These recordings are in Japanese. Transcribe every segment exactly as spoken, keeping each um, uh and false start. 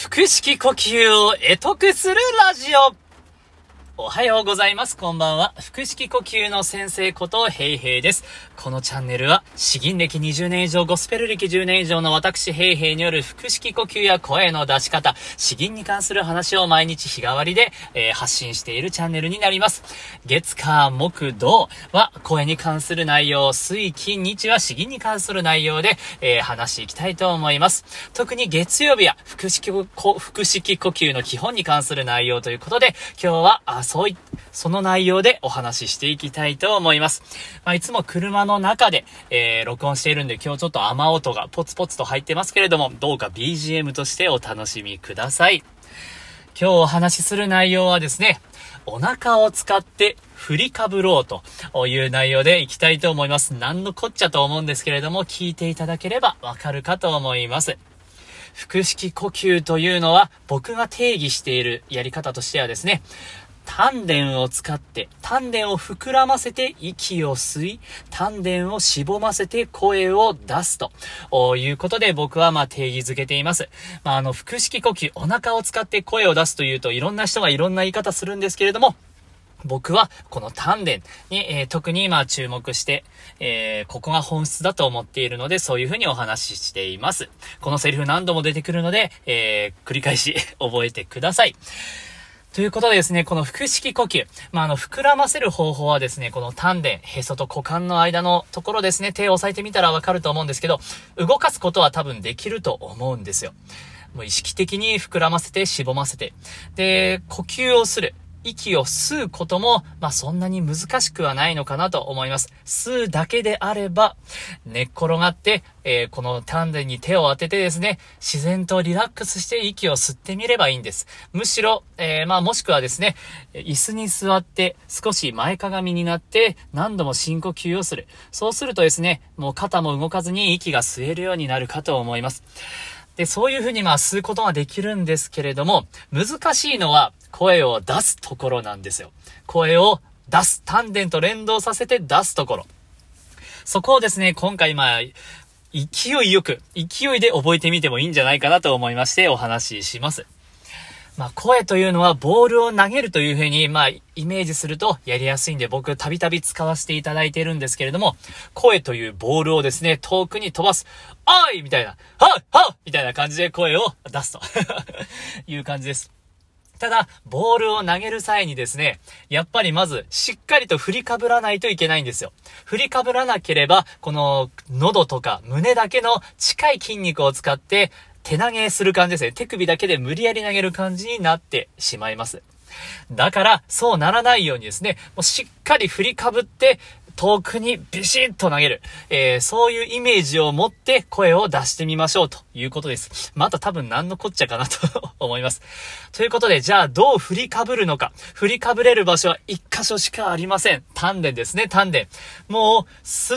腹式呼吸を得得するラジオ。おはようございます。こんばんは。腹式呼吸の先生ことヘイヘイです。このチャンネルは詩吟歴にじゅうねん以上、ゴスペル歴じゅうねん以上の私ヘイヘイによる腹式呼吸や声の出し方、詩吟に関する話を毎日日替わりで、えー、発信しているチャンネルになります。月火木土は声に関する内容、水金日は詩吟に関する内容で、えー、話していきたいと思います。特に月曜日は腹式こ腹式呼吸の基本に関する内容ということで、今日はあそういその内容でお話ししていきたいと思います。まあ、いつも車の中で、えー、録音しているんで、今日ちょっと雨音がポツポツと入ってますけれども、どうか ビージーエム としてお楽しみください。今日お話しする内容はですね、お腹を使って振りかぶろうという内容でいきたいと思います。何のこっちゃと思うんですけれども、聞いていただければわかるかと思います。腹式呼吸というのは、僕が定義しているやり方としてはですね、丹田を使って、丹田を膨らませて息を吸い、丹田をしぼませて声を出すということで僕はまあ定義づけています。まあ、あの、腹式呼吸、お腹を使って声を出すというといろんな人がいろんな言い方するんですけれども、僕はこの丹田に、えー、特にまあ注目して、えー、ここが本質だと思っているので、そういうふうにお話ししています。このセリフ何度も出てくるので、えー、繰り返し覚えてください。ということでですね、この腹式呼吸。まあ、あの、膨らませる方法はですね、この丹田、へそと股間の間のところですね、手を押さえてみたらわかると思うんですけど、動かすことは多分できると思うんですよ。もう意識的に膨らませて、しぼませて。で、呼吸をする。息を吸うことも、まあ、そんなに難しくはないのかなと思います。吸うだけであれば、寝っ転がって、えー、この丹田に手を当ててですね、自然とリラックスして息を吸ってみればいいんです。むしろ、えー、まあ、もしくはですね、椅子に座って少し前かがみになって何度も深呼吸をする。そうするとですね、もう肩も動かずに息が吸えるようになるかと思います。で、そういうふうにまあ吸うことができるんですけれども、難しいのは声を出すところなんですよ。声を出す。丹田と連動させて出すところ。そこをですね、今回まあ、勢いよく、勢いで覚えてみてもいいんじゃないかなと思いましてお話しします。まあ、声というのはボールを投げるというふうに、まあ、イメージするとやりやすいんで、僕たびたび使わせていただいているんですけれども、声というボールをですね、遠くに飛ばす。おいみたいな。はっはっみたいな感じで声を出すという感じです。ただ、ボールを投げる際にですね、やっぱりまず、しっかりと振りかぶらないといけないんですよ。振りかぶらなければ、この、喉とか胸だけの近い筋肉を使って、手投げする感じですね。手首だけで無理やり投げる感じになってしまいます。だから、そうならないようにですね、もうしっかり振りかぶって、遠くにビシッと投げる、えー、そういうイメージを持って声を出してみましょうということです。また多分何のこっちゃかなと思います。ということで、じゃあどう振りかぶるのか。振りかぶれる場所は一箇所しかありません。丹田ですね、丹田。もう、吸って、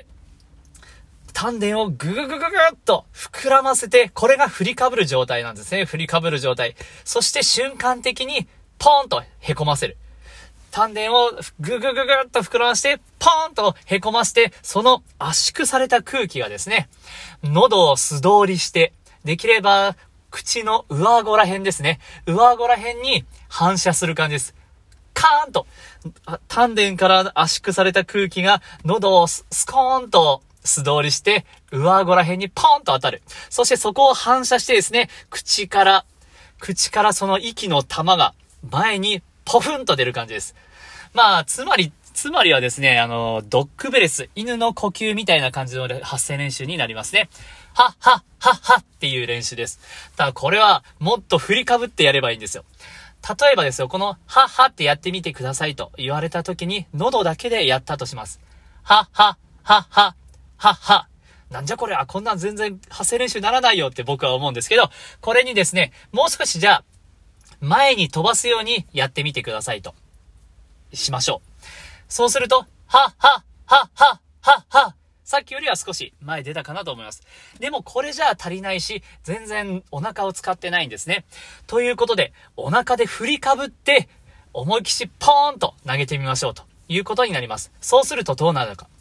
丹田をぐぐぐぐぐっと膨らませて、これが振りかぶる状態なんですね。振りかぶる状態。そして瞬間的にポーンとへこませる。丹田をぐぐぐぐっと膨らまして、ポーンとへこまして、その圧縮された空気がですね、喉を素通りして、できれば口の上顎ら辺ですね。上顎ら辺に反射する感じです。カーンと、丹田から圧縮された空気が喉をスコーンと素通りして、上顎ら辺にポーンと当たる。そしてそこを反射してですね、口から、口からその息の玉が前にポフンと出る感じです。まあ、つまり、つまりはですね、あの、ドッグブレス、犬の呼吸みたいな感じの発声練習になりますね。はっはっはっはっていう練習です。ただこれはもっと振りかぶってやればいいんですよ。例えばですよ、このはっはってやってみてくださいと言われた時に、喉だけでやったとします。はっはっはっははっは。なんじゃこれは、こんなん全然発声練習にならないよって僕は思うんですけど、これにですね、もう少しじゃあ、前に飛ばすようにやってみてくださいと。しましょう。そうすると、はっはっはっはっはっは。さっきよりは少し前出たかなと思います。でもこれじゃ足りないし、全然お腹を使ってないんですね。ということで、お腹で振りかぶって、思いっきしポーンと投げてみましょうということになります。そうするとどうなるのか。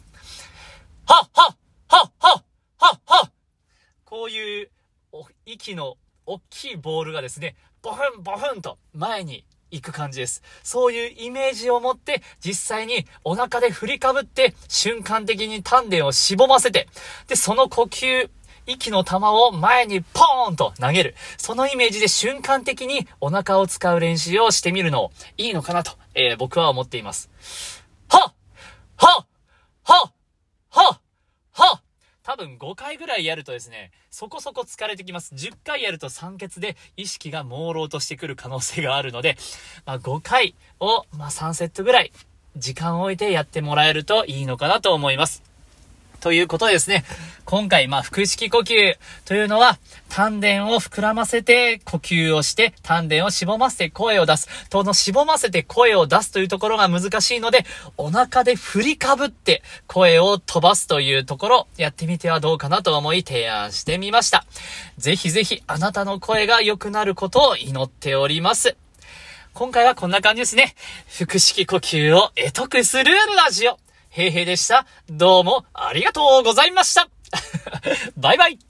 はっはっはっはっはっは。こういう息の大きいボールがですね、ボフンボフンと前に行く感じです。そういうイメージを持って、実際にお腹で振りかぶって、瞬間的に丹田をしぼませて、で、その呼吸、息の玉を前にポーンと投げる。そのイメージで瞬間的にお腹を使う練習をしてみるのいいのかなと、えー、僕は思っています。はっはっはっはっはっ多分ごかいぐらいやるとですね、そこそこ疲れてきます。じゅっかいやると酸欠で意識が朦朧としてくる可能性があるので、まあ、ごかいを、まあ、さんセットぐらい時間を置いてやってもらえるといいのかなと思います。ということでですね、今回、まあ、腹式呼吸というのは、丹田を膨らませて呼吸をして、丹田をしぼませて声を出す。このしぼませて声を出すというところが難しいので、お腹で振りかぶって声を飛ばすというところ、やってみてはどうかなと思い提案してみました。ぜひぜひあなたの声が良くなることを祈っております。今回はこんな感じですね。腹式呼吸を得得するラジオ。へいへいでした。どうもありがとうございました。バイバイ。